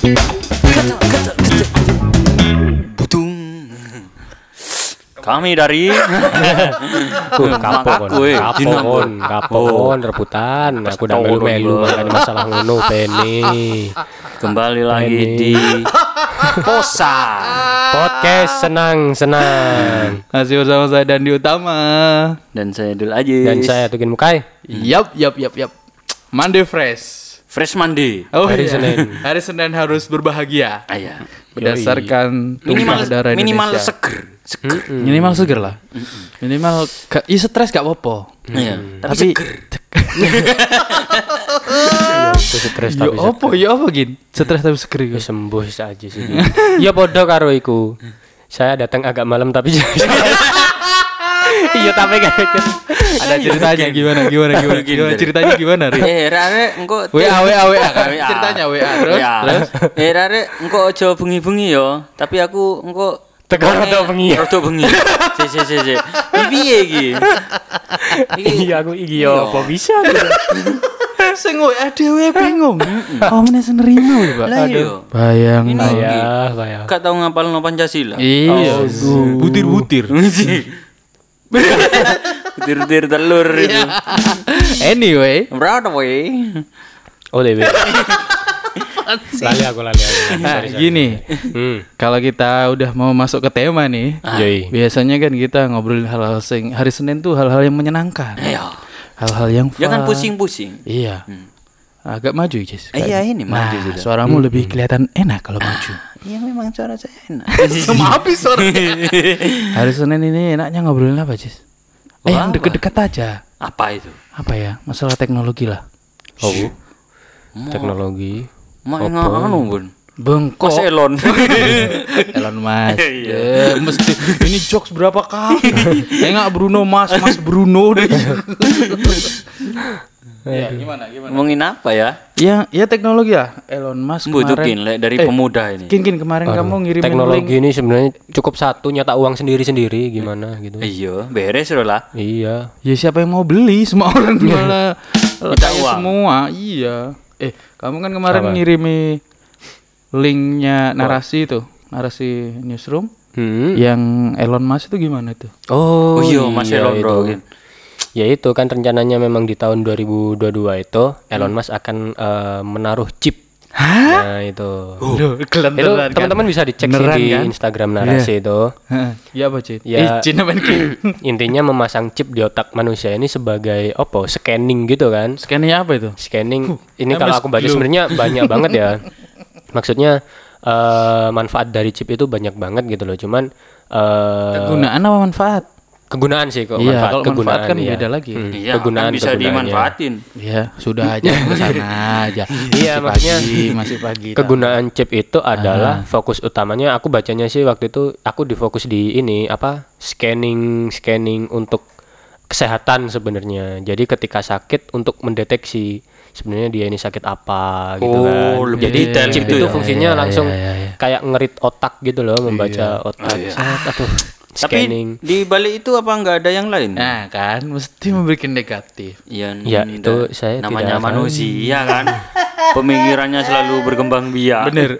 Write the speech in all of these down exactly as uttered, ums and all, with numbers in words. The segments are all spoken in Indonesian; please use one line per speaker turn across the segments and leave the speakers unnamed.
Kami dari
kapok kapok kapok rebutan aku udah melu-melu makanya masalah ngono Penny.
Kembali lagi di Posa
Podcast senang-senang.
Masih bersama saya Dandi Utama
dan saya Dul Ajis
dan saya Tukin Mukai.
Yap, yap, yap, yap. Monday fresh.
Fresh Monday.
Oh,
hari
iya.
Senin.
Hari Senin harus berbahagia.
Ayah.
Berdasarkan
Minimal
tumpah darah
minimal
Indonesia.
seger. Seger.
Mm-mm. Minimal seger lah. Mm-mm. Minimal gak, ya stres gak apa-apa.
Iya, tapi
Tapi
seger.
Aku stres
Ya
tapi
apa, ya apa gin? Stres tapi seger
ya
iku.
sembuh saja sih. Ya podo karo iku. Saya datang agak malam tapi iya tapi kan
Ada ceritanya gimana gimana gimana, gimana ceritanya gimana Ri?
Eh, Rare engko
W A W A W A kan?
W A.
Ceritanya W A terus
Ya.
terus
Eh, Rare engko aja bengi-bengi yo, tapi aku engko
Tekan rada bengi.
Rada bengi. Si si si si. Iki piye iki?
iya aku iki yo apa bisa
sing W A dhewe bingung. Oh meneh nerima lho, Pak.
Lah iya.
Bayang
Ini
ya bayar.
gak tau ngapalno Pancasila.
Iya, butir-butir.
Butir-butir telur itu.
Anyway,
Broadway.
Oh dewe lali aku lali aku.
nah,
Sorry, sorry.
gini,
Hmm.
kalau kita udah mau masuk ke tema nih,
Yoi.
biasanya kan kita ngobrolin hal-hal sing hari Senin tuh hal-hal yang menyenangkan,
Iya.
hal-hal yang fun.
Jangan pusing-pusing.
Iya, agak maju, Jess.
Eh, iya, ini
nah,
maju sudah.
suaramu lebih kelihatan enak kalau maju.
Iya memang suara saya enak.
Maaf suara. Hari Senin ini enaknya ngobrolin apa, Jess? Eh,
Wah,
yang deket-deket aja.
Apa itu?
Apa ya? Masalah teknologi lah.
Oh teknologi.
Mau
Apa?
nganu, Bun.
Bengkok.
Kos Elon.
Elon Musk.
Iya.
Eh, mesti ini jokes berapa kali? Enggak Bruno Mas, Mas Bruno deh. Ya, gimana gimana?
Ngomongin apa ya?
Ya, ya teknologi ya. Elon Musk
Butuhin
kemarin.
le, dari
Eh,
pemuda ini.
Kin kin kemarin
Aduh,
kamu ngirimin
teknologi
link.
ini sebenarnya cukup satu nyata uang sendiri-sendiri gimana gitu.
Iya, beres sudah lah.
Iya.
Ya siapa yang mau beli? Semua orang malah
Minta
kayak
uang.
semua. Iya. Eh, kamu kan kemarin
Apa?
ngirimi linknya narasi itu, narasi newsroom
Hmm.
yang Elon Musk itu gimana tuh?
Oh,
Oh iya, Mas Elon
itu.
bro. Gin.
Ya itu kan rencananya memang di tahun dua ribu dua puluh dua itu Elon Musk akan eh, menaruh chip.
Hah?
Nah itu.
Duh,
Itu
kelenteran kan?
teman-teman bisa dicek sih
Beneran
di
kan?
Instagram narasi itu.
Heeh. Ya apa, Cid?
Ya.
Eh, Cid apa nih?
Intinya memasang chip di otak manusia ini sebagai apa? Scanning gitu kan.
Scannya apa itu?
Scanning ini
M S
kalau aku baca
Glow.
sebenarnya banyak banget ya. Maksudnya eh, manfaat dari chip itu banyak banget gitu loh. Cuman eh,
Kegunaan apa manfaat?
kegunaan sih kok
Iya,
manfaat
kalau
kegunaan
manfaat kan
iya.
beda lagi.
Hmm,
Iya,
kegunaan
kan bisa
kegunaannya.
dimanfaatin.
Ya, sudah aja ke sana aja.
Iya,
Masih
maksudnya
pagi, masih pagi.
Kegunaan chip itu
Ah.
adalah fokus utamanya aku bacanya sih waktu itu aku difokus di ini apa scanning scanning untuk kesehatan sebenarnya. Jadi ketika sakit untuk mendeteksi sebenarnya dia ini sakit apa gitu
Oh,
kan.
lebih
Jadi
detail
chip
gitu
itu
ya.
fungsinya
Iya,
langsung
iya, iya.
kayak ngerit otak gitu loh, membaca otak.
Oh, iya.
Set, aduh,
Tapi
scanning.
di balik itu apa nggak ada yang lain?
Nah, kan mesti memberikan negatif.
Iya,
Ya,
nda-
itu saya
namanya
tidak
manusia kan. Pemikirannya selalu berkembang biak.
Bener.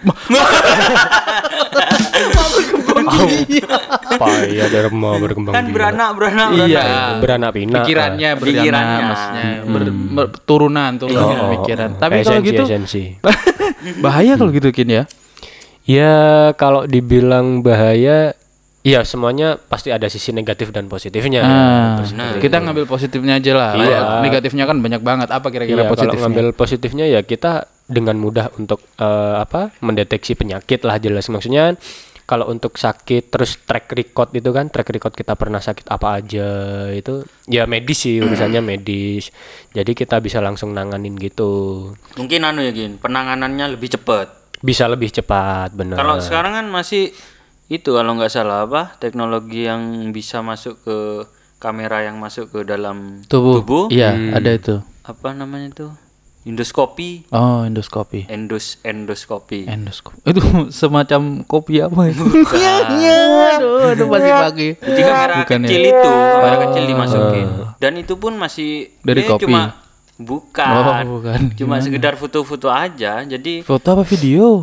Apa ya derma berkembang
Kan
biak.
beranak beranak
Iya.
beranak.
Beranak pinak.
Pikirannya beranak,
Pikirannya.
maksudnya ber- ber- turunan turunan
Oh, oh,
pikiran.
oh.
Tapi kalau
Esensi,
gitu
esensi.
bahaya kalau gitu Kin ya.
Ya kalau dibilang bahaya, ya semuanya pasti ada sisi negatif dan positifnya.
Ah,
benar.
kita ngambil positifnya aja lah.
Iya.
Negatifnya kan banyak banget. Apa kira-kira
Iya, kalau
positifnya?
ngambil positifnya ya kita dengan mudah untuk eh, apa mendeteksi penyakit lah jelas. Maksudnya kalau untuk sakit terus track record itu kan track record kita pernah sakit apa aja itu ya medis sih urusannya medis. Jadi kita bisa langsung nanganin gitu.
Mungkin anu ya Gin, penanganannya lebih cepat.
Bisa lebih cepat bener.
Kalau sekarang kan masih itu kalau nggak salah apa teknologi yang bisa masuk ke kamera yang masuk ke dalam
tubuh.
tubuh.
Iya, ada itu.
Apa namanya itu? Endoskopi.
Oh, endoskopi.
Endos endoskopi.
Endoskopi. Itu semacam kopi apa ya?
Bukan.
aduh, aduh masih pagi.
Jadi kamera
Bukan ya?
kecil itu, kamera kecil dimasukin. Dan itu pun masih
Dari
ya,
kopi.
cuma bukan.
Oh, bukan.
Cuma
Gimana?
sekedar foto-foto aja. Jadi
Foto apa video?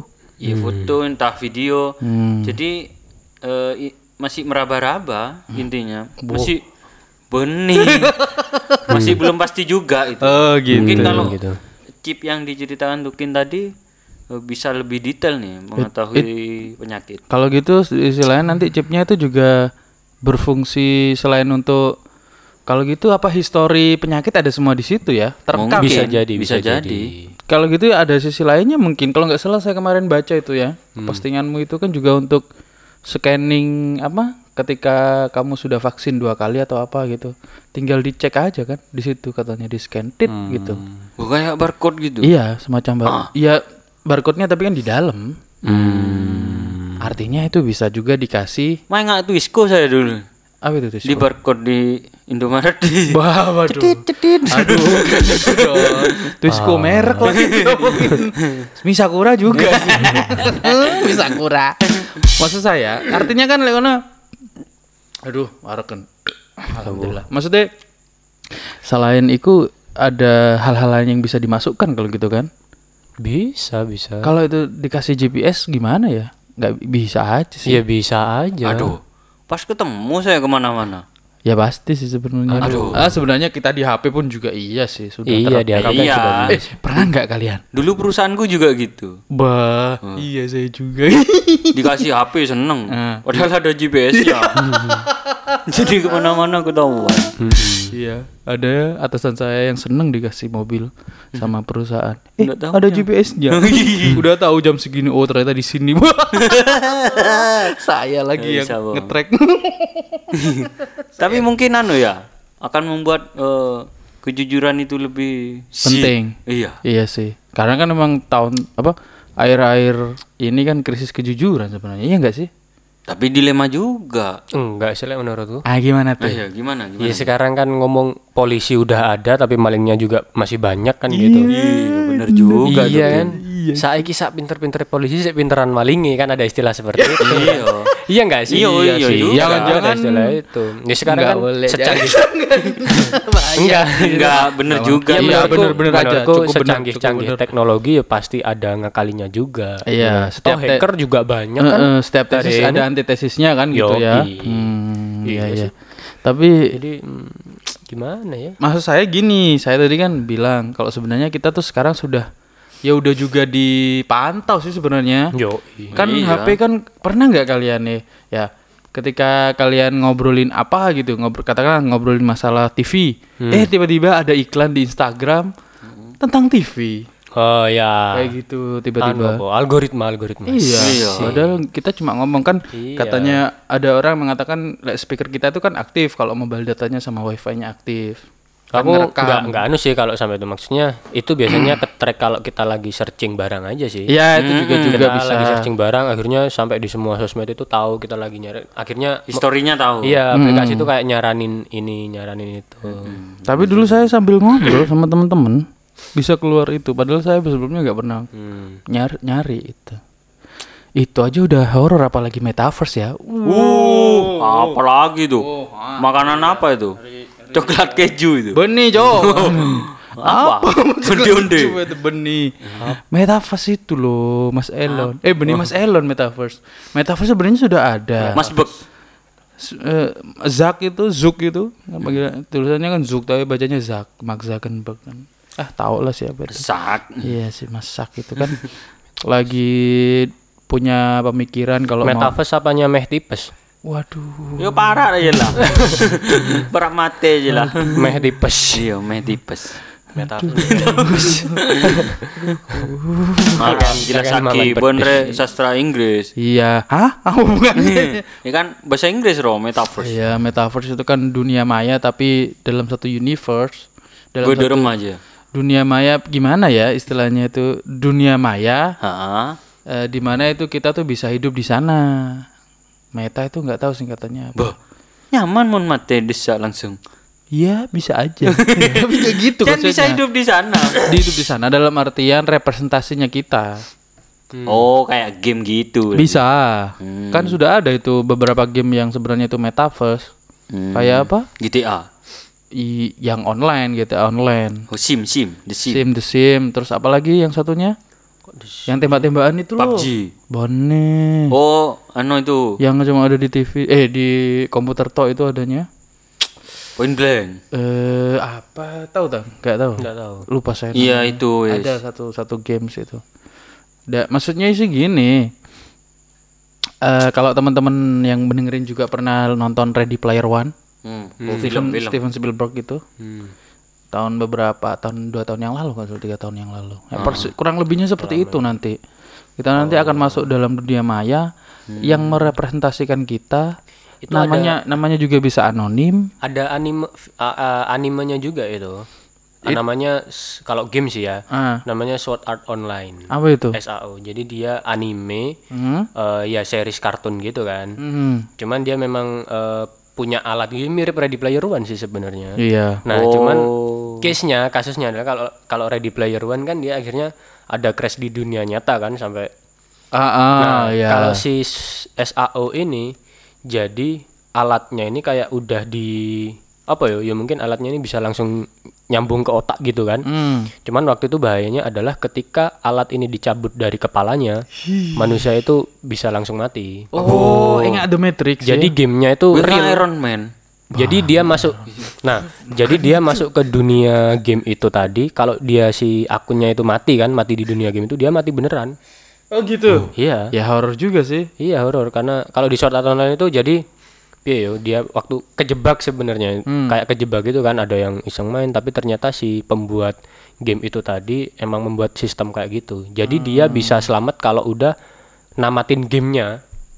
ya foto entah video.
Hmm.
Jadi eh, i- masih meraba-raba intinya. Masih benih. Masih belum pasti juga itu.
Oh gitu.
Mungkin kalau
gitu.
chip yang diceritakan Tukin tadi eh, bisa lebih detail nih mengetahui penyakit.
Kalau gitu istilahnya nanti chipnya itu juga berfungsi selain untuk kalau gitu apa histori penyakit ada semua di situ ya terekam.
Mungkin,
Bisa jadi,
bisa,
bisa
jadi.
Kalau gitu ya ada sisi lainnya mungkin kalau nggak salah saya kemarin baca itu ya postinganmu itu kan juga untuk scanning apa ketika kamu sudah vaksin dua kali atau apa gitu tinggal dicek aja kan di situ katanya di scan tit gitu.
Oh, kayak barcode gitu.
Iya semacam bar iya barcode-nya tapi kan di dalam. Artinya itu bisa juga dikasih
Main nggak tuh Isco saya dulu.
apa itu tuh?
Di barcode di Indomaret di
Wah, waduh. Aduh, Twisco merek lagi ngomongin. Misakura juga. Misakura. Maksud saya, artinya kan Leona aduh, wareken. Alhamdulillah. Maksudnya selain itu ada hal-hal lain yang bisa dimasukkan kalau gitu kan?
Bisa, bisa.
Kalau itu dikasih G P S gimana ya? Nggak bisa aja sih.
Ya bisa aja.
Aduh, pas ketemu saya kemana-mana.
Ya pasti sih sebenarnya.
Aduh.
Ah sebenarnya kita di H P pun juga iya sih sudah
Iya,
terapkan.
di H P
Iya.
sudah
Eh, pernah nggak kalian?
Dulu perusahaanku juga gitu.
Bah, iya saya juga.
Dikasih H P seneng.
Ah.
Padahal ada G P S-nya. Jadi kemana-mana ketahuan.
Iya, ada atasan saya yang seneng dikasih mobil sama perusahaan. Eh,
Nggak tahu
ada G P S-nya. Udah tahu jam segini. Oh, ternyata di sini. Saya lagi
Bisa,
yang
Bang.
nge-track.
Tapi mungkin anu ya akan membuat eh, kejujuran itu lebih
Penting.
Iya.
Iya sih. Karena kan memang tahun apa air-air ini kan krisis kejujuran sebenarnya. Iya enggak sih?
Tapi dilema juga.
Enggak sih, Lek, menurutku.
Ah, gimana
Ah,
tuh?
iya, gimana gimana?
Ya sekarang kan ngomong polisi udah ada tapi malingnya juga masih banyak kan gitu.
Iya, bener juga
Iya
tuh,
kan. Saiki sak pinter-pinter polisi sak pinteran malingi kan ada istilah seperti itu.
Iya.
Iya enggak sih?
Iya, iya
sih.
juga.
Jangan-jangan ada istilah itu. Ya sekarang
Nggak
kan
boleh,
secanggih
Bahaya.
enggak
Enggak bener juga.
Iya,
menurutku.
bener-bener aja.
menurutku
Cukup bener,
secanggih-canggih
cukup bener.
teknologi ya pasti ada ngakalinya juga.
Iya,
Setiap
setiap te-
hacker juga banyak
Eh,
kan.
eh, setiap tesis
Dari
ada
ini.
antitesisnya kan gitu
Yoi.
ya. Hmm, iya
Iya
iya.
sih.
Tapi
Jadi hmm, gimana ya?
maksud saya gini, saya tadi kan bilang kalau sebenarnya kita tuh sekarang sudah ya udah juga dipantau sih sebenarnya.
Yo.
Kan
Iya.
H P kan pernah nggak kalian nih ya ketika kalian ngobrolin apa gitu ngobrol katakanlah ngobrolin masalah T V eh tiba-tiba ada iklan di Instagram tentang T V
Oh ya.
kayak gitu
Anu
tiba-tiba.
apa? Algoritma algoritma.
Iya,
Iya.
padahal kita cuma ngomong kan
Iya.
katanya ada orang mengatakan like, speaker kita itu kan aktif kalau mobile datanya sama wifi-nya aktif. Kan
Aku
ngerekam.
nggak nggak anu sih kalau sampai itu maksudnya itu biasanya ke-track kalau kita lagi searching barang aja sih.
Iya, itu juga juga
kita
bisa.
lagi searching barang akhirnya sampai di semua sosmed itu tahu kita lagi nyari. Akhirnya
Historinya tahu.
iya aplikasi itu kayak nyaranin ini nyaranin itu.
Tapi dulu saya sambil ngobrol sama temen-temen bisa keluar itu padahal saya sebelumnya nggak pernah
Hmm.
nyari nyari itu. Itu aja udah horor apalagi metaverse ya.
Uh, apalagi tuh? Makanan apa itu? Coklat keju itu.
Benih, Cok.
Apa? Onde-onde.
Coba itu benih. Metaverse itu loh, Mas Elon. Eh, benih Mas Elon metaverse. Metaverse sebenarnya sudah ada.
Mas Bek.
S- eh, Zak itu, Zuk itu, apa gila, tulisannya kan Zuk tapi bacanya Zak, Mark Zuckerberg kan. Ah, tau lah siapa itu.
Sak.
Iya sih, Mas Zak itu kan lagi punya pemikiran kalau mau.
Metaverse apanya meh tipes?
Waduh.
Yo parah aja lah. Berak mati aja lah.
Meh tipes.
Iya, meh tipes.
Metaverse.
Makan jelas
Makan
lagi
makan
bonre sastra Inggris.
Iya. Hah? Apa bukannya?
Ya kan bahasa Inggris roh metaverse.
Iya, metaverse itu kan dunia maya tapi dalam satu universe. Dalam
Gue
satu
dorong aja.
dunia maya gimana ya istilahnya itu dunia maya
Heeh.
eh, di mana itu kita tuh bisa hidup di sana. Meta itu nggak tahu singkatannya apa.
Bah. Nyaman mon mate desa langsung.
Iya, bisa aja. Tapi kayak gitu
Kan bisa
konsepnya.
hidup di sana.
Di hidup di sana dalam artian representasinya kita.
Oh, kayak game gitu.
Bisa.
Hmm.
Kan sudah ada itu beberapa game yang sebenarnya itu metaverse.
Hmm.
Kayak apa?
G T A.
I, yang online gitu, online.
Oh, sim sim, the sim.
Sim the Sim, terus apa lagi yang satunya? Yang tembak-tembakan itu
P U B
loh.
G.
Bone.
Oh, anu itu.
Yang cuma ada di T V, eh di komputer tok itu adanya.
Point blank.
Eh apa? Tahu tak? Enggak tahu.
Nggak tahu.
Lupa saya.
Iya
namanya.
itu. Yes.
Ada satu satu games itu. Da, maksudnya sih gini. Eh kalau teman-teman yang mendengarin juga pernah nonton Ready Player One,
Hmm.
Steven,
Film, film.
Steven Spielberg itu.
Hmm.
Tahun beberapa tahun dua tahun yang lalu kan, tiga tahun yang lalu. Ya, persi- kurang lebihnya seperti itu nanti. Kita nanti akan masuk dalam dunia maya yang merepresentasikan kita.
Itu
namanya namanya juga bisa anonim.
Ada anime a- a- animenya juga itu. Ah, namanya s- kalau game sih ya.
Ah,
Namanya Sword Art Online.
apa itu?
S A O. Jadi dia anime
Hmm?
eh, ya series kartun gitu kan.
Hmm.
Cuman dia memang eh, punya alat gitu mirip Ready Player One sih sebenarnya.
Iya.
Nah,
Oh.
cuman case-nya, kasusnya adalah kalau kalau Ready Player One kan dia akhirnya ada crash di dunia nyata kan sampai.
Ah, ah,
Nah,
ya.
kalau si S A O ini jadi alatnya ini kayak udah di apa ya? Ya mungkin alatnya ini bisa langsung nyambung ke otak gitu kan.
Hmm.
Cuman waktu itu bahayanya adalah ketika alat ini dicabut dari kepalanya, manusia itu bisa langsung mati.
Oh, ingat The Matrix.
Jadi
ya?
gamenya itu
Bukan
real.
Iron Man.
Jadi dia masuk. Nah, jadi dia masuk ke dunia game itu tadi. Kalau dia si akunnya itu mati kan, mati di dunia game itu dia mati beneran.
Oh gitu.
Iya.
Ya horor juga sih.
Iya horor karena kalau di Sword Art Online itu jadi piye yo dia waktu kejebak sebenarnya kayak kejebak gitu kan ada yang iseng main tapi ternyata si pembuat game itu tadi emang membuat sistem kayak gitu. Jadi dia bisa selamat kalau udah namatin gamenya.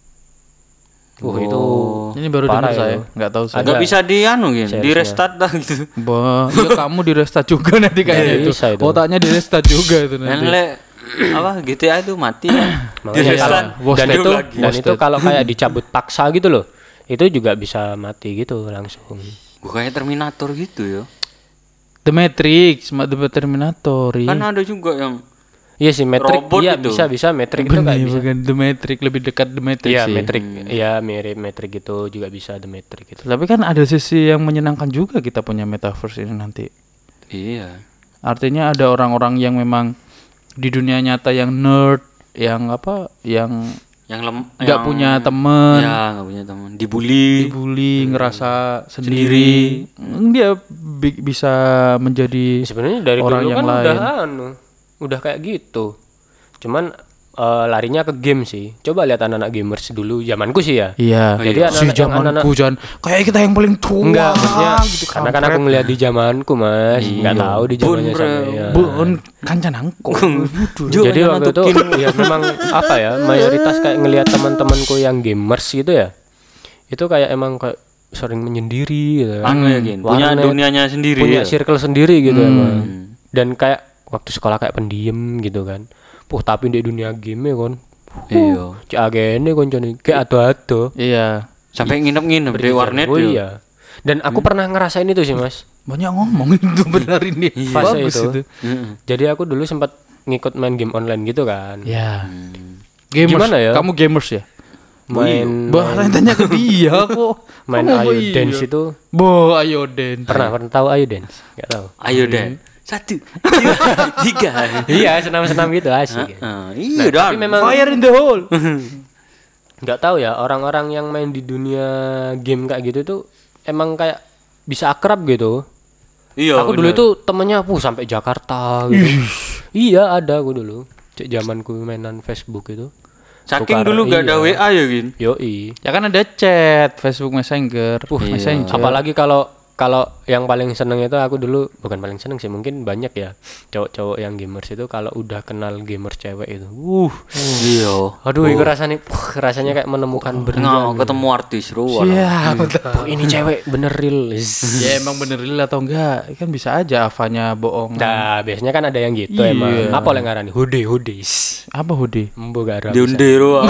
Wah itu
Ini baru
parah
dengar saya,
ya.
nggak tahu saya.
Nggak bisa di anu gitu, di
seriesnya.
restart dah gitu.
Bah, ya kamu di restart juga nanti kayaknya
Iya,
itu.
bisa itu.
Otaknya di restart juga itu
Dan
nanti.
le apa G T A itu mati ya.
Makanya
Di
kalau-
restart.
Wasted.
dan itu
lagi.
dan itu kalau kayak dicabut paksa gitu loh. Itu juga bisa mati gitu langsung.
Bukannya Terminator gitu ya.
The Matrix, ma- The Terminator.
Kan ada juga yang
Iya sih Matrix
Robot
iya
itu.
bisa bisa Matrix itu kayak
Bener,
bisa.
bukan The Matrix, lebih dekat The Matrix
Iya,
sih.
Matrix. Iya, mirip Matrix gitu juga bisa The Matrix gitu.
Tapi kan ada sisi yang menyenangkan juga kita punya metaverse ini nanti.
iya.
Artinya ada orang-orang yang memang di dunia nyata yang nerd, yang apa, yang
Yang lem
nggak
yang-
punya temen,
Ya, nggak punya teman. Dibully.
dibully, ngerasa sendiri, Mm, dia bi- bisa menjadi
Sebenarnya dari
orang
dulu
yang
kan
lain.
udah anu, udah kayak gitu. Cuman eh, larinya ke game sih. Coba lihat anak-anak gamers dulu zamanku sih ya.
Iya.
Jadi
si
anak-anak-
zamanku jangan kayak kita yang paling tua.
Enggak, maksudnya
gitu,
karena kan aku ngeliat di zamanku mas, nggak tahu di zamannya
Bun,
sampai
bro.
ya.
Bun, kancan angko.
Jadi waktu itu ya memang apa ya mayoritas kayak ngelihat teman-temanku yang gamers gitu ya, itu kayak emang kayak sering menyendiri gitu.
Anu ya Gin, punya
Warnet,
dunianya sendiri
punya
ya.
circle sendiri gitu emang. Dan kayak waktu sekolah kayak pendiam gitu kan. Puh tapi di dunia game ya kan.
Iya.
Cak agene koncone kayak ado-ado.
Iya.
Sampai nginep-nginep di warnet
Oh
ya.
iya. Dan aku pernah ngerasain itu sih mas.
Banyak ngomong itu benar ini.
Fase
Bagus
itu.
itu.
Heeh.
Jadi aku dulu sempat ngikut main game online gitu kan.
Ya. Gamers.
Gimana ya?
Kamu gamers ya?
Main
Bah, tanya ke dia kok.
main
Kamu
Ayo
iya.
Dance itu
Bo, ayo Den.
pernah pernah tahu Ayo Dance? Enggak tahu.
Ayo deh. Satu, dua, tiga.
Iya, senam-senam gitu asik.
Heeh, iya dan.
Tapi memang
Fire in the hole.
nggak tahu ya orang-orang yang main di dunia game kayak gitu tuh emang kayak bisa akrab gitu.
Iya.
aku dulu
bener.
itu temennya aku sampai Jakarta gitu. Iya ada aku dulu. Cek zamanku mainan Facebook itu.
Saking
Tukar-
dulu gak ada
iya.
W A ya Gin.
Yoi.
Ya kan ada chat, Facebook Messenger, uh,
Iya.
Messenger.
Apalagi kalau kalau yang paling seneng itu aku dulu bukan paling seneng sih mungkin banyak ya cowok-cowok yang gamers itu kalau udah kenal gamers cewek itu. Uh.
Iya.
Aduh, itu rasanya puh, rasanya kayak menemukan
Nggak
berlian.
ketemu artis ruang.
Iya,
Oh, ini cewek bener real.
ya emang bener real atau enggak? Kan bisa aja Avanya bohong.
Nah, biasanya kan ada yang gitu
Iya.
emang. Apa oleh ngarani? Hode, hode.
Apa hoodie?
Embo gara.
Diunde ruang.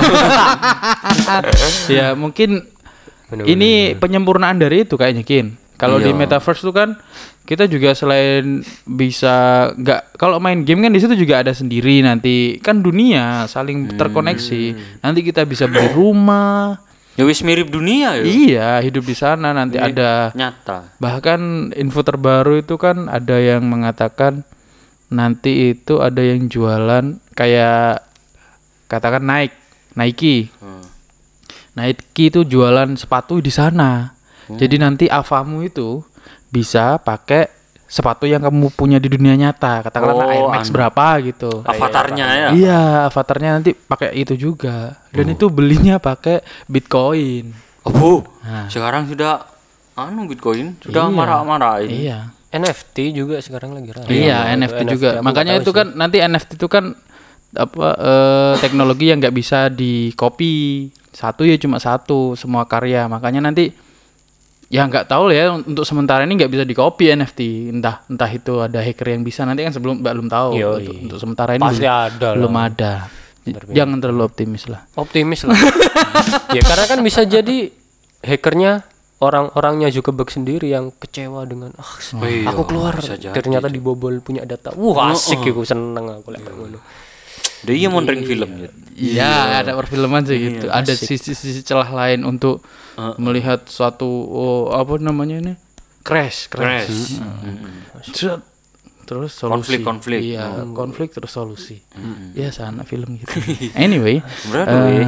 Ya mungkin
Bener-bener.
ini penyempurnaan dari itu kayaknya Kin. Kalau di
Iya.
metaverse tuh kan kita juga selain bisa nggak kalau main game kan di situ juga ada sendiri nanti kan dunia saling terkoneksi. Nanti kita bisa beli rumah.
Ya wis mirip dunia ya.
Iya, hidup di sana nanti ada
Nyata.
bahkan info terbaru itu kan ada yang mengatakan nanti itu ada yang jualan kayak katakan Nike, Nike.
Hmm.
Nike itu jualan sepatu di sana. Hmm. Jadi nanti Avamu itu bisa pakai sepatu yang kamu punya di dunia nyata. Katakanlah
Oh,
Air Max
anu.
berapa gitu.
Avatarnya ya.
Iya, avatarnya nanti pakai itu juga. Dan itu belinya pakai Bitcoin.
Oh,
Nah.
sekarang sudah anu Bitcoin sudah
Iya.
marak-marak ini.
Iya.
N F T juga sekarang lagi rame.
Iya,
Itu
N F T juga.
aku
Makanya
nggak
itu
tahu
kan nanti N F T itu kan apa eh, teknologi yang nggak bisa di copy. Satu ya cuma satu semua karya. Makanya nanti ya nggak tahu lah ya untuk sementara ini nggak bisa di copy N F T. Entah entah itu ada hacker yang bisa nanti kan sebelum belum tahu.
Yoi.
Untuk, untuk sementara ini
Pasti
belum,
ada lah.
belum ada. Jangan terlalu optimis lah.
Optimis lah. Ya karena kan bisa jadi hackernya orang-orangnya Zuckerberg sendiri yang kecewa dengan ah
Oh iya,
aku keluar
bisa jadi
ternyata dibobol punya data. Wah asik aku seneng aku lek ngono.
Dia mau nering film ya.
Iya, ada perfilman sih gitu. Ada sisi-sisi celah lain untuk melihat suatu oh, apa namanya ini? Crash, crash.
Crash.
Set. Terus solusi.
Konflik-konflik.
Iya, konflik terus solusi. Ya sana film gitu. Anyway,
Broadway.
eh,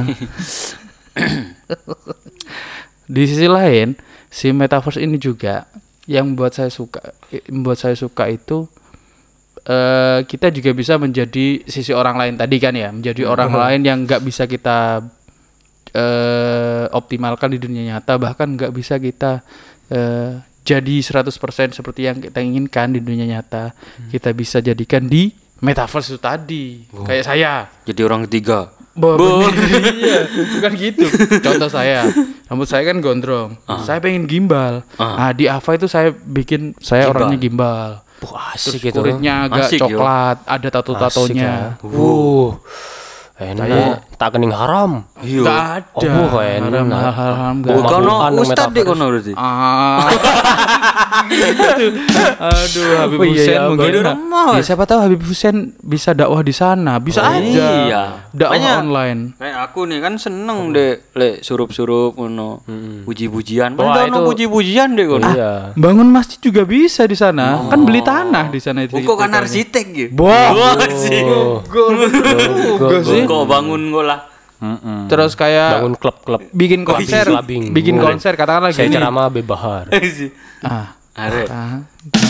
di sisi lain, si metaverse ini juga yang membuat saya suka membuat saya suka itu eh kita juga bisa menjadi sisi orang lain tadi kan ya, menjadi orang lain yang nggak bisa kita eh optimalkan di dunia nyata, bahkan nggak bisa kita eh jadi seratus persen seperti yang kita inginkan di dunia nyata. Kita bisa jadikan di metaverse itu tadi. Kayak saya.
Jadi orang ketiga.
Bo, bener, iya, bukan gitu. Contoh saya, rambut saya kan gondrong. Saya pengen gimbal. Nah, di Ava itu saya bikin saya
Gimbal.
orangnya gimbal.
Wah
Terus
asik gitu.
kulitnya agak
Asik, yo.
coklat, ada tato-tatonya.
Uh. Enak, tak kening haram.
Iya.
Gak ada.
Oh, kok enak.
Haram, haram, gak
Oh,
ada.
kono
Anu
ustad deh
metaverse.
kono berarti.
Ah. Gitu. Aduh, Habib
Oh iya,
Hussein
iya,
mungkin.
Bagi orang mau.
Ya, siapa tahu Habib Hussein bisa dakwah di sana. Bisa
Oh,
aja.
iya.
Dakwah
Makanya-
online.
Kayak aku nih kan seneng deh lek surup-surup ngono. Puji-pujian.
Wah,
Mana ono
itu-
puji-pujian deh kono.
Iya.
Bangun masjid juga bisa di sana. Kan beli tanah di sana itu.
Kok kan arsitek gitu.
Wah.
sih.
Enggak sih.
Kok bangun kok lah.
Terus kayak
Bangun klub-klub.
bikin konser,
clubbing.
bikin
Boleh.
konser katakanlah
Saya
gini.
ceramah bebahar.
Ah,
Are.
ah,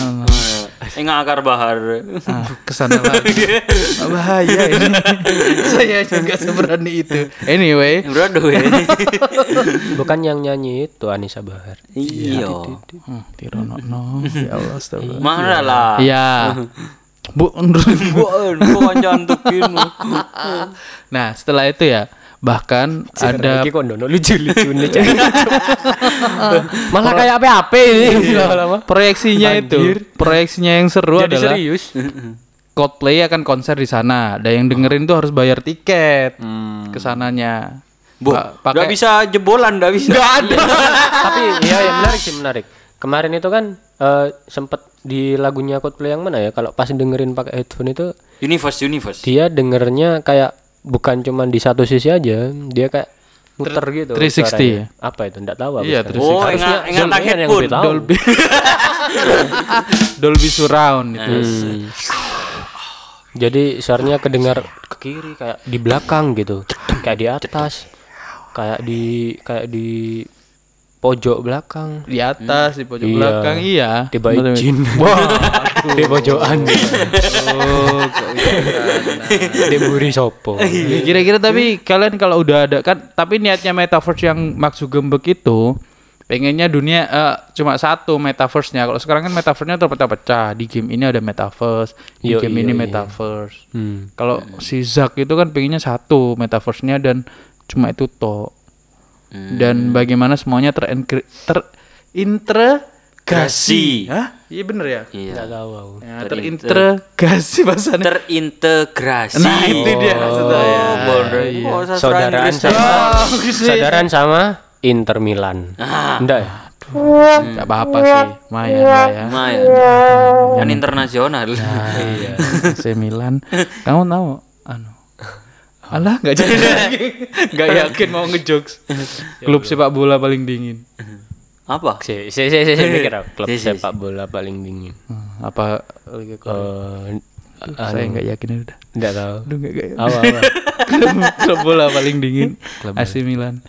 Eh ngakar bahar.
ah, kesana lagi. Bahaya ini. Saya juga seberani itu. Anyway,
Broadway.
Bukan yang nyanyi itu Anissa Bahar.
Iya.
hmm, Tirono, no, ya Allah, astagfirullah.
Mana lah.
Iya. Bu,
Buan, kok jantukin.
nah setelah itu ya bahkan ada
Iki kok ndono lucu-lucu nih. Cak. Malah kayak apa-apa ini. Lama-lama.
proyeksinya itu, proyeksinya yang seru
Jadi
adalah
serius.
Coldplay akan konser di sana. Dan yang dengerin tuh harus bayar tiket ke sananya.
Bu,
Pa-
nggak bisa jebolan, nggak bisa.
Nggak ada.
Tapi ya, ya menarik sih menarik. Kemarin itu kan eh, sempet di lagunya Coldplay yang mana ya? Kalau pas dengerin pakai headphone itu
Universe, universe.
dia dengernya kayak bukan cuma di satu sisi aja, dia kayak muter gitu.
tiga ratus enam puluh
suaranya. Apa itu? Enggak tahu aku.
Iya,
sekarang.
tiga ratus enam puluh.
Oh,
Harusnya
enggak enggak
Zulfian
target
yang
pun.
lebih tahu.
Dolby Dolby surround itu.
Hmm. Jadi suaranya kedengar ke kiri kayak di belakang gitu, kayak di atas, kayak di kayak di pojok belakang,
Di atas, di pojok
Iya.
belakang, iya.
tiba
Bener.
izin, di pojokan,
Oh, kok bisa sana.
di buri sopo.
Ya, kira-kira tapi kalian kalau udah ada kan, tapi niatnya metaverse yang Mark Zuckerberg itu pengennya dunia eh, cuma satu metaverse-nya. Kalau sekarang kan metaverse-nya terpecah-pecah. Di game ini ada metaverse, di
Yo,
game
iya,
ini
iya.
metaverse.
Hmm.
Kalau si Zuck itu kan pengennya satu metaverse-nya dan cuma itu toh. Dan bagaimana semuanya terengkri- terintegrasi. Hah? Iya bener ya?
Iya.
Nggak tahu aku.
Ya, terintegrasi bahasanya.
Terintegrasi.
Nah, itu dia maksud saya.
Oh, bener.
Iya.
Oh, sastra
Saudaraan
Inggris
sama,
dah.
saudaraan sama Inter Milan. Enggak ya?
Gak apa-apa sih, lumayan lah ya.
Lumayan. Kan internasional.
Iya, A C Milan. Kamu tahu anu. Alah, nggak jadi lagi. Nggak yakin mau ngejokes. Klub sepak bola paling dingin.
Apa?
Si, si, si, si, si, mikir aku. Klub
Si, si, si.
sepak bola paling dingin.
Hmm, apa Liga Korea?
Eh,
Saya nggak yakin udah.
Enggak tahu.
Aduh nggak kayak.
Apa apa.
Klub bola paling dingin.
Klub
A C Milan.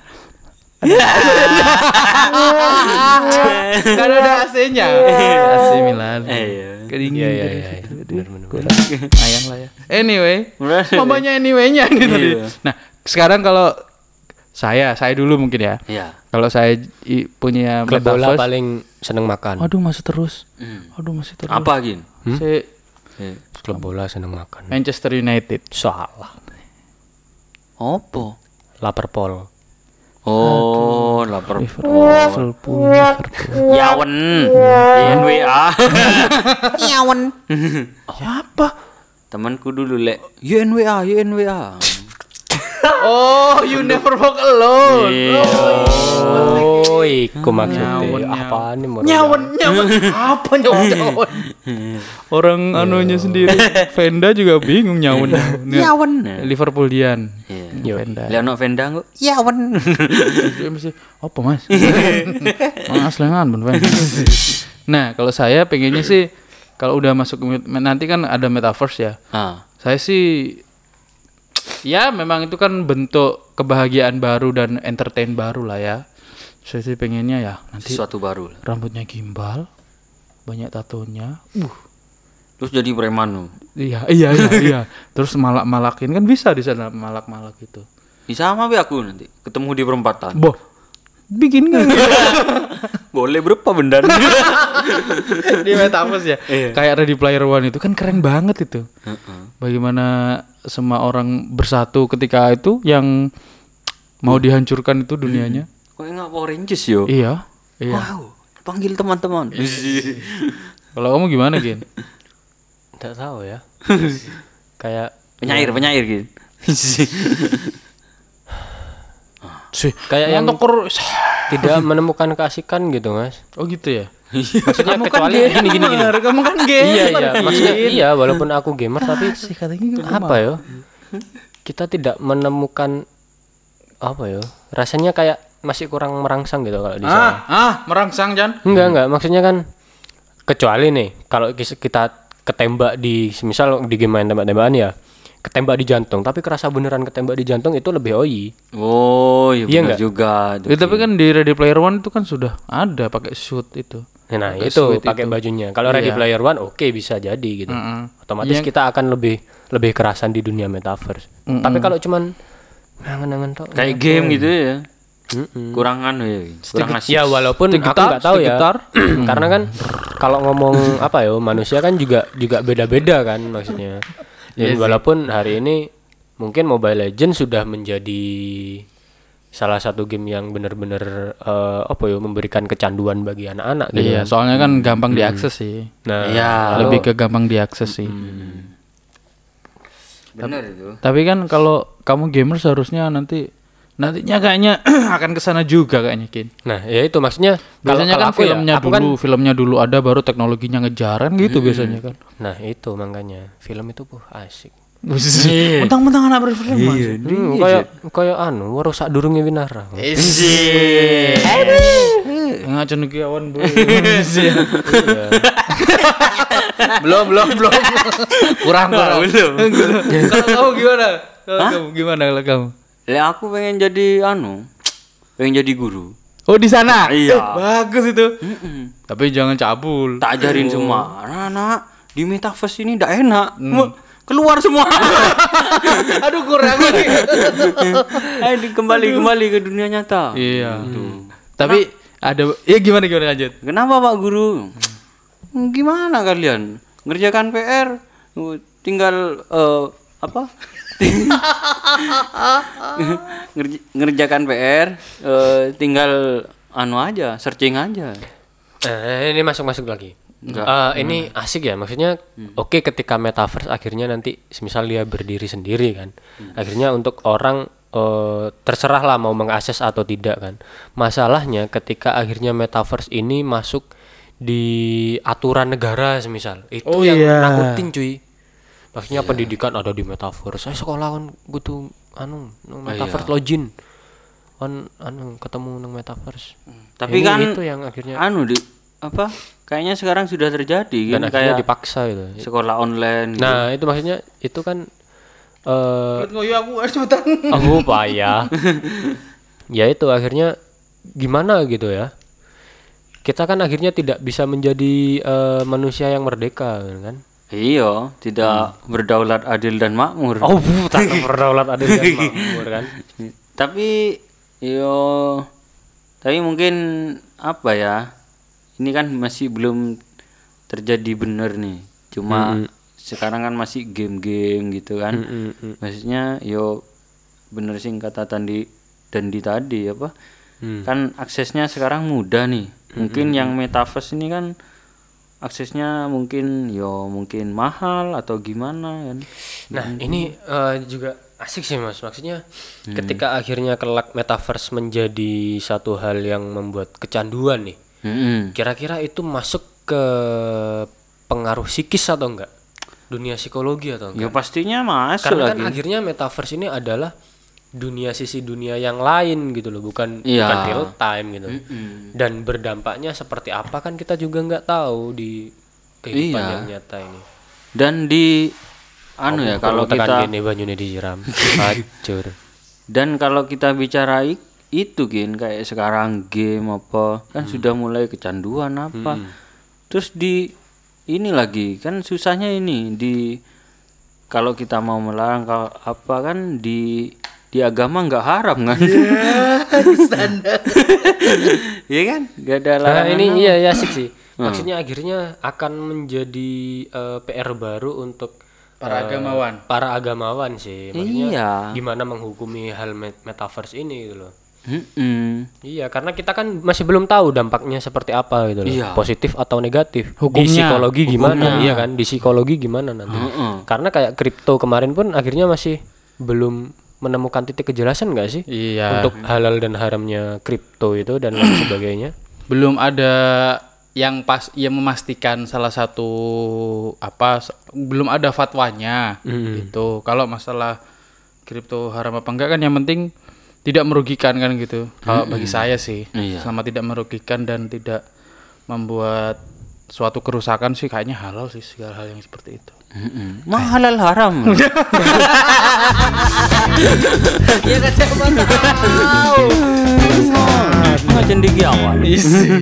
Kan ada A C-nya. A C Milan.
Iya.
Kedingin.
Iya iya
terus
iya.
gitu.
Benar-benar.
Ayang lah ya. Anyway,
Bener.
mamanya anyway-nya nih tadi.
Iya.
Nah, sekarang kalau saya, saya dulu mungkin ya.
Iya.
Kalau saya i- punya
Klub bola
metaverse,
paling seneng makan.
aduh masih terus.
Hmm.
Aduh masih terus.
Apa gin?
Saya
Eh,
Klub bola seneng makan.
Manchester United.
Salah.
Apa?
Liverpool.
Oh, lapar.
Liverpool. Liverpool.
Yawen. N W A. Yawen.
Siapa?
Temanku dulu lek. Y N W A, Y N W A.
Oh, you never walk alone.
Iya.
Oh, iku maksudnya.
Nyawen,
Apaan nih mau?
Nyawen, nyawen. Apa nyawen, nyawen? Orang anunya sendiri. Venda juga bingung nyawen.
Yawen.
Liverpoolian.
Iya.
Venda.
Leonok Venda kok. Yawen.
Dia mesti apa mas? Mas lengan bener. Nah kalau saya pengennya sih kalau udah masuk ke met- nanti kan ada metaverse ya.
Ah.
Saya sih ya memang itu kan bentuk kebahagiaan baru dan entertain baru lah ya. Saya sih pengennya ya nanti
Sesuatu baru.
rambutnya gimbal, banyak tatonya. Uh,
Terus jadi preman lu.
iya iya iya iya. Terus malak-malakin kan bisa di sana malak-malak gitu.
Bisa sama be aku nanti. Ketemu di perempatan.
Boh, bikin nggak?
Boleh berapa benda?
Di metaverse ya.
Iya.
Kayak Ready Player One itu kan keren banget itu.
Heeh.
Bagaimana semua orang bersatu ketika itu yang mau dihancurkan itu dunianya.
Kok enggak Power Rangers yo?
Iya. Iya.
Wow. Panggil teman-teman.
Kalau kamu gimana, Gin?
Enggak tahu ya. Kayak
Penyair, penyair gitu.
Sih,
Kayak yang-
nonton
tidak menemukan keasikan gitu, Mas.
Oh gitu ya.
Maksudnya
Kamu
kecuali
kan
gini gini gini.
gamer, kamu kan gamer.
Iya iya, maksudnya iya walaupun aku gamer tapi
sih katanya
apa ya? Kita tidak menemukan apa ya? Rasanya kayak masih kurang merangsang gitu kalau di
Ah,
sana.
ah, merangsang Jan.
Enggak enggak, maksudnya kan kecuali nih kalau kis- kita ketembak di misal di game main tembak-tembakan ya, ketembak di jantung tapi kerasa beneran ketembak di jantung itu lebih O I.
Oh, iya
Iya
benar
nggak?
juga.
Ya, tapi kan di Ready Player One itu kan sudah ada pakai suit itu.
Nah,
Pakai
itu
suit
pakai
itu.
bajunya. Kalau Ready
Iya.
Player One oke bisa jadi gitu.
Mm-mm.
Otomatis
Yang-
kita akan lebih lebih kerasan di dunia metaverse. Tapi kalau cuman nangan-nangan tok.
Kayak game gitu ya.
Mm-mm.
Kurang anu ya. Kurang asik.
Ya walaupun aku
Segetar,
nggak tahu ya.
segetar.
Karena kan kalau ngomong apa ya manusia kan juga juga beda-beda kan maksudnya. Dan walaupun hari ini mungkin Mobile Legends sudah menjadi salah satu game yang benar-benar eh, apa ya memberikan kecanduan bagi anak-anak gitu.
Iya, soalnya kan gampang diakses sih.
Nah,
Iya.
Lebih ke gampang diakses sih.
Benar itu.
Tapi kan kalau kamu gamer seharusnya nanti nantinya kayaknya akan kesana juga kayaknya Kin.
nah, ya itu maksudnya kalau
Biasanya
kalau
kan
aku ya,
filmnya
aku kan-
dulu, filmnya dulu ada baru teknologinya ngejaran gitu biasanya kan.
nah, itu makanya film itu puh asik.
Mentang-mentang anak berfilm Mas.
Hmm, kayak kayak anu waru sak durunge winara.
Ngacun iki awan Bu. Belum, belum, belum. Kurang, kurang.
Belum.
Kalau kamu gimana? Kalau kamu gimana kalau kamu?
Lah aku pengen jadi anu. Pengen jadi guru.
Oh, di sana.
Iya.
Eh, bagus itu.
Mm-mm.
Tapi jangan cabul.
Tak ajarin semua. Anak-anak di metaverse ini ndak enak. Mu- Keluar semua.
Aduh, kurang lagi.
Ayo di- kembali kembali ke dunia nyata.
Iya. Tapi ada ya gimana gimana lanjut?
Kenapa Pak Guru? Hmm, Gimana kalian? Ngerjakan P R uh, tinggal eh, apa? Ngerj- ngerjakan P R eh, tinggal anu aja, searching aja.
Eh, ini masuk-masuk lagi.
Enggak.
Eh, ini asik ya, maksudnya oke ketika metaverse akhirnya nanti semisal dia berdiri sendiri kan. Akhirnya untuk orang eh, terserah lah mau mengakses atau tidak kan. Masalahnya ketika akhirnya metaverse ini masuk di aturan negara semisal. Itu
Oh,
yang
iya.
nakutin cuy. Maksudnya pendidikan ada di metaverse. Saya sekolah kan butuh anu nang metaverse login. Kan anu ketemu nang metaverse.
Tapi
Ini
kan
itu yang akhirnya
anu di apa? Kayaknya sekarang sudah terjadi
dan
kan
akhirnya
kayak
dipaksa gitu.
sekolah online gitu.
Nah, itu maksudnya itu kan eh
Lihat ngoyo aku harus cepetan.
oh payah. Ya itu akhirnya gimana gitu ya. Kita kan akhirnya tidak bisa menjadi eh, manusia yang merdeka kan.
Iya, tidak berdaulat adil dan makmur.
Oh, tak berdaulat adil dan makmur kan.
Tapi yo tapi mungkin apa ya? Ini kan masih belum terjadi bener nih. Cuma sekarang kan masih game-game gitu kan. Maksudnya yo bener sih kata Tandi dan di tadi apa? Kan aksesnya sekarang mudah nih. Mungkin yang metaverse ini kan aksesnya mungkin yo mungkin mahal atau gimana kan.
Nah, ini eh, juga asik sih Mas. Maksudnya ketika akhirnya kelak metaverse menjadi satu hal yang membuat kecanduan nih.
Mm-mm.
Kira-kira itu masuk ke pengaruh psikis atau enggak? Dunia psikologi atau enggak?
Ya pastinya masuk
Karena
lagi.
kan akhirnya metaverse ini adalah dunia sisi dunia yang lain gitu loh, bukan
Iya.
bukan real time gitu. Dan berdampaknya seperti apa kan kita juga nggak tahu di kehidupan
Iya.
yang nyata ini.
Dan di anu ya kalau kita
gini banyune disiram, hancur.
dan kalau kita bicara i- itu Gin kayak sekarang game apa kan sudah mulai kecanduan apa. Terus di ini lagi kan susahnya ini di kalau kita mau melarang kalau apa kan di di agama nggak haram kan.
Standar.
Iya kan? Gak ada
Nah,
larangan.
ini iya ya asik sih. Maksudnya akhirnya akan menjadi eh, P R baru untuk
Para
eh,
agamawan.
Para agamawan sih. Maksudnya
Iya.
gimana menghukumi hal met- metaverse ini gitu loh.
Mm-mm.
Iya, karena kita kan masih belum tahu dampaknya seperti apa gitu loh.
Iya.
Positif atau negatif. Di
Hukumnya.
psikologi gimana?
Hukumnya.
Iya kan? Di psikologi gimana nanti?
Heeh.
Karena kayak kripto kemarin pun akhirnya masih belum menemukan titik kejelasan nggak sih?
Iya.
Untuk halal dan haramnya kripto itu dan lain sebagainya.
Belum ada yang pas yang memastikan salah satu apa s- belum ada fatwanya gitu. Kalau masalah kripto haram apa enggak kan yang penting tidak merugikan kan gitu. Kalau bagi saya sih
Iya.
selama tidak merugikan dan tidak membuat suatu kerusakan sih kayaknya halal sih segala hal yang seperti itu.
Mm-mm. Mah halal haram.
Iya kan saya
Nggak cendekia awal.